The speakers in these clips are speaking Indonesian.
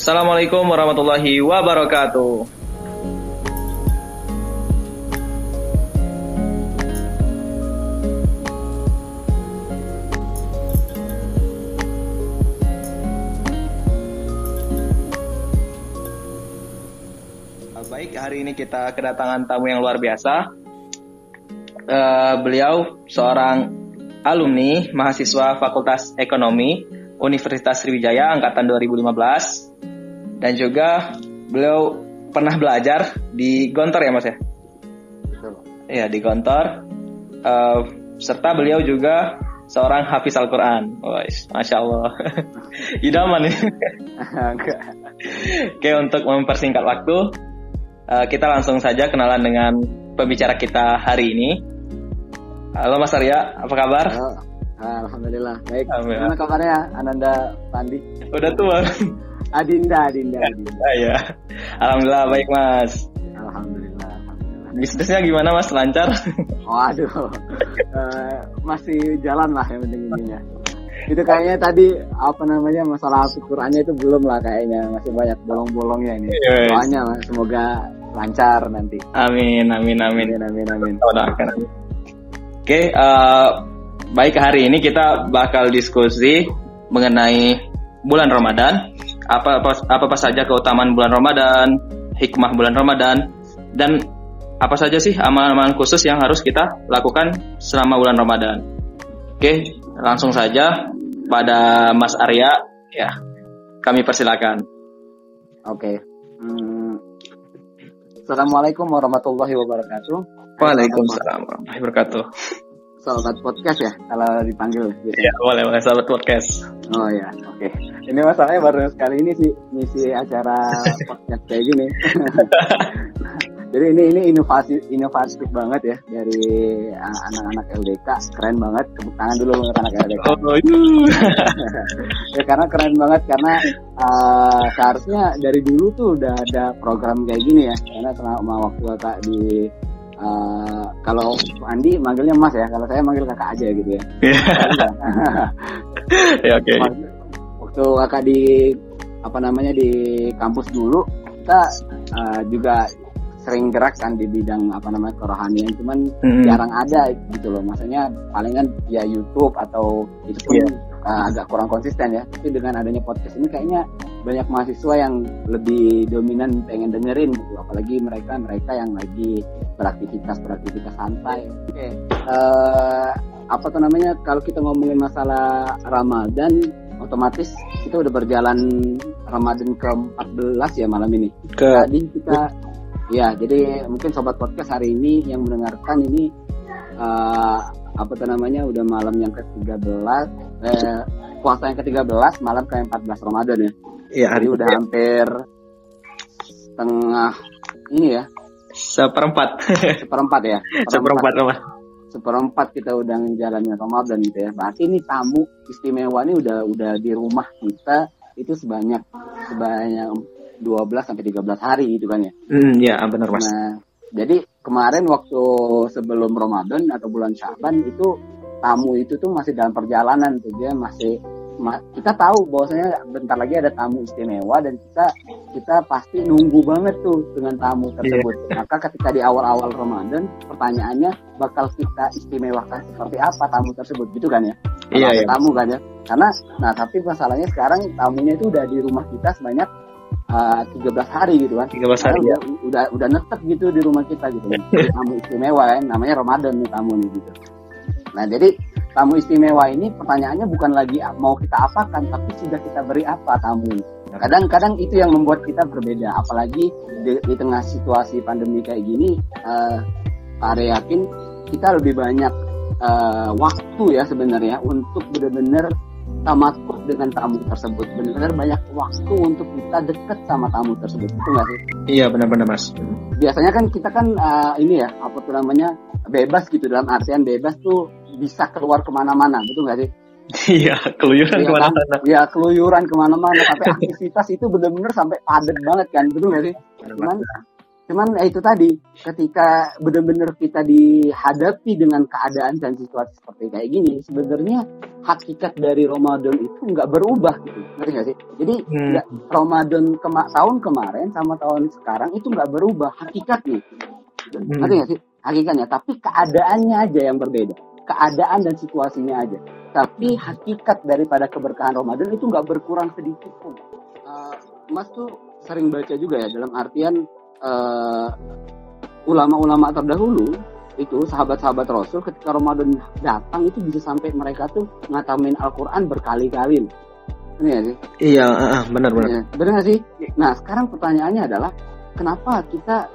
Assalamualaikum warahmatullahi wabarakatuh. Baik, hari ini kita kedatangan tamu yang luar biasa. Beliau seorang alumni mahasiswa Fakultas Ekonomi Universitas Sriwijaya angkatan 2015. Dan juga beliau pernah belajar di Gontor ya Mas ya? Betul. Iya di Gontor. Serta beliau juga seorang hafiz Al-Quran. Masya Allah. Idaman nih. Oke, untuk mempersingkat waktu, kita langsung saja kenalan dengan pembicara kita hari ini. Halo Mas Arya, apa kabar? Alhamdulillah, baik. Alhamdulillah. Gimana kabarnya Ananda Pandi? Udah tua. Adinda. Ya. Alhamdulillah baik Mas. Alhamdulillah. Bisnisnya gimana Mas? Lancar? Waduh, masih jalan lah yang penting ininya. Itu kayaknya tadi masalah Al-Qur'annya itu belum lah kayaknya, masih banyak bolong-bolongnya ini. Yes. Doanya semoga lancar nanti. Amin. Doakan. Oke, baik, hari ini kita bakal diskusi mengenai bulan Ramadan. Apa saja keutamaan bulan Ramadan, hikmah bulan Ramadan, dan apa saja sih amalan-amalan khusus yang harus kita lakukan selama bulan Ramadan. Oke, langsung saja pada Mas Arya, ya, kami persilakan. Oke. Assalamualaikum warahmatullahi wabarakatuh. Waalaikumsalam warahmatullahi wabarakatuh. Sahabat podcast ya, kalau dipanggil biasanya. Ya, boleh sahabat podcast. Oh ya, oke. Ini masalahnya baru sekali ini sih ngisi acara podcast kayak gini. Jadi ini inovatif banget ya dari anak-anak LDK, keren banget. Tepuk tangan dulu untuk anak LDK. Ya karena keren banget karena seharusnya dari dulu tuh udah ada program kayak gini ya. Karena selama waktu kakak di kalau Andi manggilnya Mas ya, kalau saya manggil kakak aja gitu ya. Ya oke. Waktu kakak di di kampus dulu, kita juga sering gerak kan di bidang kerohanian, cuman jarang ada gitu loh. Maksudnya palingan ya YouTube atau itu pun agak kurang konsisten ya. Tapi dengan adanya podcast ini kayaknya banyak mahasiswa yang lebih dominan pengen dengerin gitu, apalagi mereka yang lagi beraktivitas santai. Oke. Kalau kita ngomongin masalah Ramadan, otomatis kita udah berjalan Ramadan ke-14 ya malam ini. Tadi kita jadi mungkin sobat podcast hari ini yang mendengarkan ini udah malam yang ke-13, puasa yang ke-13, malam ke-14 Ramadan ya. Iya, hari udah hampir setengah ini ya. Seperempat ya. Seperempat kita udah ngejalanin Ramadan gitu ya. Berarti ini tamu istimewa ini udah di rumah kita itu sebanyak 12 sampai 13 hari gitu kan ya. Iya, benar Mas. Nah, jadi kemarin waktu sebelum Ramadan atau bulan Syaban itu tamu itu tuh masih dalam perjalanan tuh, dia masih kita tahu bahwasanya bentar lagi ada tamu istimewa dan kita pasti nunggu banget tuh dengan tamu tersebut. Maka ketika di awal-awal Ramadan pertanyaannya bakal kita istimewakan seperti apa tamu tersebut gitu kan ya. Iya. Tamu kan ya. Karena tapi masalahnya sekarang tamunya itu udah di rumah kita sebanyak 13 hari gitu kan. 13 hari ya. Udah netep gitu di rumah kita gitu. Tamu istimewa kan, namanya Ramadan nih tamu nih gitu. Nah, jadi tamu istimewa ini pertanyaannya bukan lagi mau kita apakan, tapi sudah kita beri apa tamu. Kadang-kadang itu yang membuat kita berbeda, apalagi di tengah situasi pandemi kayak gini. Pak Are yakin kita lebih banyak waktu ya sebenarnya untuk benar-benar tamakut dengan tamu tersebut. Benar-benar banyak waktu untuk kita dekat sama tamu tersebut, itu nggak sih? Iya, benar-benar Mas. Biasanya kan kita bebas gitu, dalam artian bebas tuh bisa keluar kemana-mana, betul nggak sih? Iya, keluyuran kemana-mana. Iya, keluyuran kemana-mana sampai aktivitas itu benar-benar sampai padat banget kan, betul nggak sih? Cuman itu tadi, ketika benar-benar kita dihadapi dengan keadaan dan situasi seperti kayak gini, sebenarnya hakikat dari Ramadan itu nggak berubah gitu, ngerti nggak sih? Jadi Ramadan tahun kemarin sama tahun sekarang itu nggak berubah hakikatnya, ngerti nggak sih? Hakikatnya, tapi keadaannya aja yang berbeda, keadaan dan situasinya aja. Tapi hakikat daripada keberkahan Ramadan itu nggak berkurang sedikit pun. Mas tuh sering baca juga ya, dalam artian ulama-ulama terdahulu itu sahabat-sahabat Rasul ketika Ramadan datang itu bisa sampai mereka tuh ngatamin Al-Quran berkali-kali. Ini ya sih? Iya, benar-benar. Ya, benar nggak sih? Nah sekarang pertanyaannya adalah kenapa kita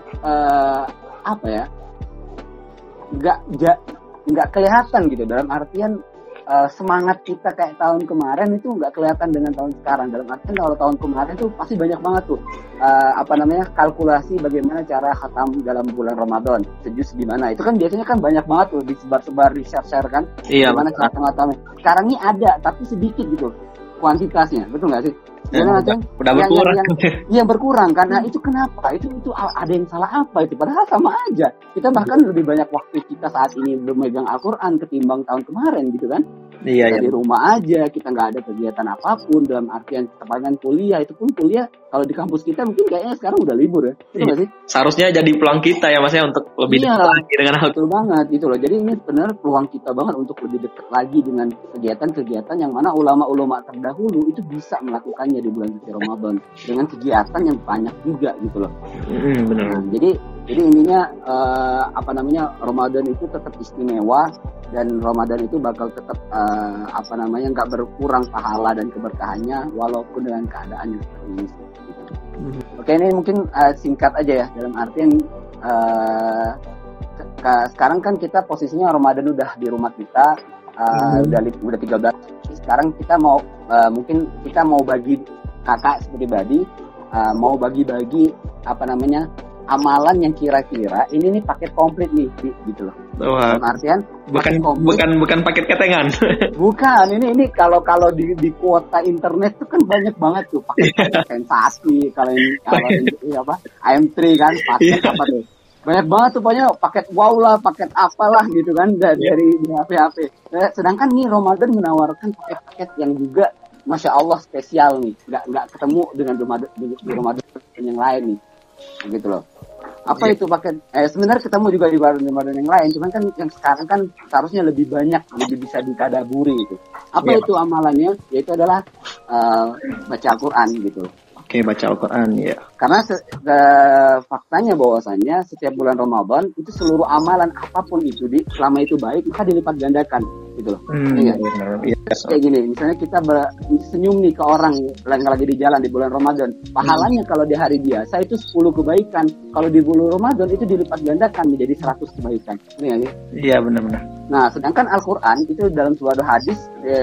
nggak kelihatan gitu, dalam artian semangat kita kayak tahun kemarin itu nggak kelihatan dengan tahun sekarang. Dalam artian kalau tahun kemarin tuh pasti banyak banget tuh kalkulasi bagaimana cara khatam dalam bulan Ramadan, sejus gimana, itu kan biasanya kan banyak banget tuh disebar-sebar, di-share kan, gimana cara ngatamnya. Sekarang ini ada tapi sedikit gitu kuantitasnya, betul nggak sih? Udah berkurang. Yang berkurang karena itu kenapa? Itu ada yang salah apa itu? Padahal sama aja. Kita bahkan lebih banyak waktu kita saat ini memegang Al-Quran ketimbang tahun kemarin gitu kan? Kita di rumah aja, kita nggak ada kegiatan apapun, dalam artian kebanyakan kuliah, itu pun kuliah kalau di kampus kita mungkin kayaknya sekarang udah libur ya, betul nggak sih? Seharusnya jadi peluang kita ya Mas ya untuk lebih dekat lagi dengan hal itu banget gitu loh. Jadi ini benar peluang kita banget untuk lebih dekat lagi dengan kegiatan-kegiatan yang mana ulama-ulama terdahulu itu bisa melakukannya di bulan suci Ramadan dengan kegiatan yang banyak juga gitu loh. Benar. Nah, jadi intinya Ramadan itu tetap istimewa dan Ramadan itu bakal tetap nggak berkurang pahala dan keberkahannya walaupun dengan keadaan yang seperti ini. Oke, ini mungkin singkat aja ya, dalam artian sekarang kan kita posisinya Ramadan udah di rumah kita, udah 13. Sekarang kita mau mungkin kita mau bagi kakak pribadi, mau bagi-bagi amalan yang kira-kira ini nih paket komplit nih gitu loh. Dalam artian bukan paket ketengan. Bukan, ini kalau di kuota internet tuh kan banyak banget tuh paket sensasi, kalau ini AM3 kan paket apa tuh. Banyak banget tuh pokoknya paket wow lah, paket apalah gitu kan dari HP. Sedangkan nih Ramadan menawarkan paket-paket yang juga Masya Allah spesial nih, nggak ketemu dengan Ramadan yang lain nih, gitu loh. Apa itu paket? Sebenarnya ketemu juga di Ramadan yang lain, cuman kan yang sekarang kan seharusnya lebih banyak, lebih bisa ditadaburi itu. Apa itu amalannya? Yaitu adalah baca Al-Quran gitu. Oke, baca Al-Quran ya. Karena faktanya bahwasannya setiap bulan Ramadan itu seluruh amalan apapun itu selama itu baik maka dilipat gandakan gitu loh. Kayak gini, misalnya kita senyum nih ke orang yang lagi di jalan di bulan Ramadan, pahalanya kalau di hari biasa itu 10 kebaikan, kalau di bulan Ramadan itu dilipat gandakan menjadi 100 kebaikan. Iya, benar-benar. Nah, sedangkan Al-Quran itu dalam sebuah hadis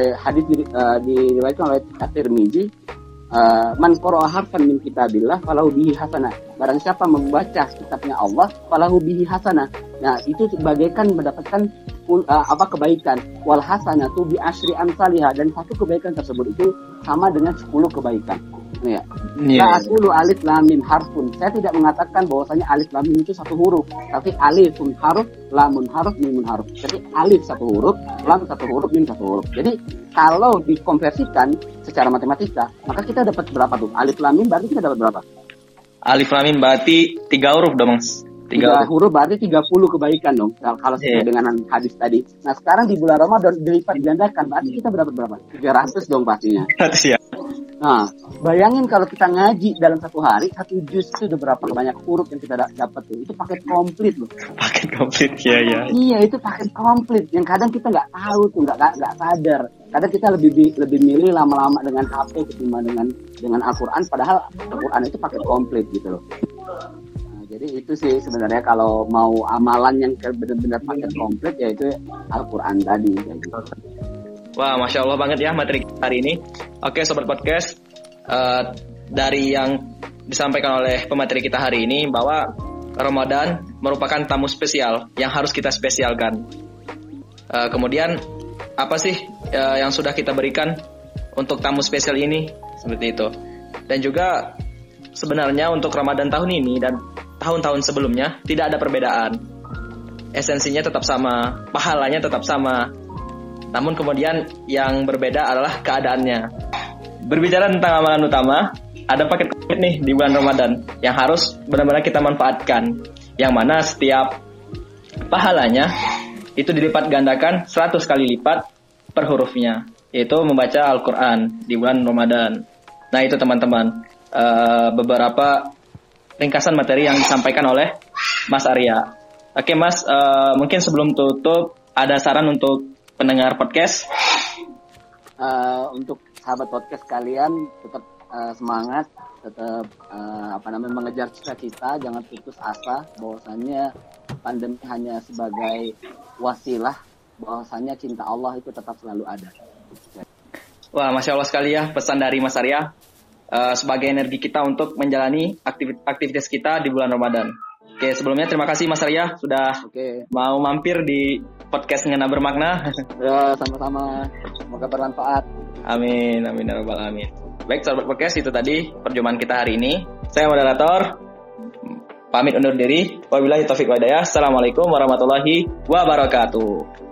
diriwayatkan oleh At-Tirmidzi, man qara'a harfan min kitabillah falahu bihi hasanah. Barang siapa membaca kitabnya Allah falahu bihi hasanah. Nah, itu bagaikan mendapatkan kebaikan. Wal hasanatu bi asyri amsalihah, dan satu kebaikan tersebut itu sama dengan 10 kebaikan. Ya. La aqulu alif lam mim harfun. Saya tidak mengatakan bahwasanya alif lam mim itu satu huruf, tapi alifun harf, lamun harf, mimun harf. Jadi alif satu huruf, lam satu huruf, mim satu huruf. Jadi kalau dikonversikan secara matematika, maka kita dapat berapa tuh? Alif lam mim berarti kita dapat berapa? Alif lam mim berarti 3 huruf dong, Mas. 3 huruf berarti 30 kebaikan dong, kalau sesuai dengan hadis tadi. Nah, sekarang di bulan Ramadan dilipat gandakan, berarti kita berapa? 300 dong pastinya. Iya. Nah, bayangin kalau kita ngaji dalam satu hari, 1 juz itu udah berapa banyak huruf yang kita dapat tuh. Itu paket komplit loh. Paket komplit, ya. Iya, itu paket komplit. Yang kadang kita nggak tahu tuh, nggak sadar. Kadang kita lebih milih lama-lama dengan HP ketimbang dengan Al-Quran. Padahal Al-Quran itu paket komplit gitu loh. Jadi itu sih sebenarnya kalau mau amalan yang benar-benar paket komplit, yaitu Al-Quran tadi. Gitu. Wah, Masya Allah banget ya materi hari ini. Oke, Sobat Podcast, dari yang disampaikan oleh pemateri kita hari ini, bahwa Ramadan merupakan tamu spesial yang harus kita spesialkan. Kemudian, apa sih yang sudah kita berikan untuk tamu spesial ini? Seperti itu. Dan juga sebenarnya untuk Ramadan tahun ini dan tahun-tahun sebelumnya tidak ada perbedaan. Esensinya tetap sama, pahalanya tetap sama. Namun kemudian yang berbeda adalah keadaannya. Berbicara tentang amalan utama, ada paket nih di bulan Ramadan yang harus benar-benar kita manfaatkan. Yang mana setiap pahalanya itu dilipat gandakan 100 kali lipat per hurufnya, yaitu membaca Al-Quran di bulan Ramadan. Nah itu teman-teman, beberapa ringkasan materi yang disampaikan oleh Mas Arya. Oke Mas, mungkin sebelum tutup ada saran untuk pendengar podcast? Untuk sahabat podcast kalian tetap semangat, tetap mengejar cita-cita, jangan putus asa bahwasannya pandemi hanya sebagai wasilah, bahwasannya cinta Allah itu tetap selalu ada. Wah, Masya Allah sekali ya pesan dari Mas Arya sebagai energi kita untuk menjalani aktivitas kita di bulan Ramadan. Oke, sebelumnya terima kasih Mas Arya sudah mau mampir di podcast Ngena Bermakna. Ya, sama-sama. Semoga bermanfaat. Amin, amin ya rabbal alamin. Baik, sahabat podcast, itu tadi perjumpaan kita hari ini. Saya moderator, pamit undur diri. Wabillahi taufiq wal hidayah. Assalamualaikum warahmatullahi wabarakatuh.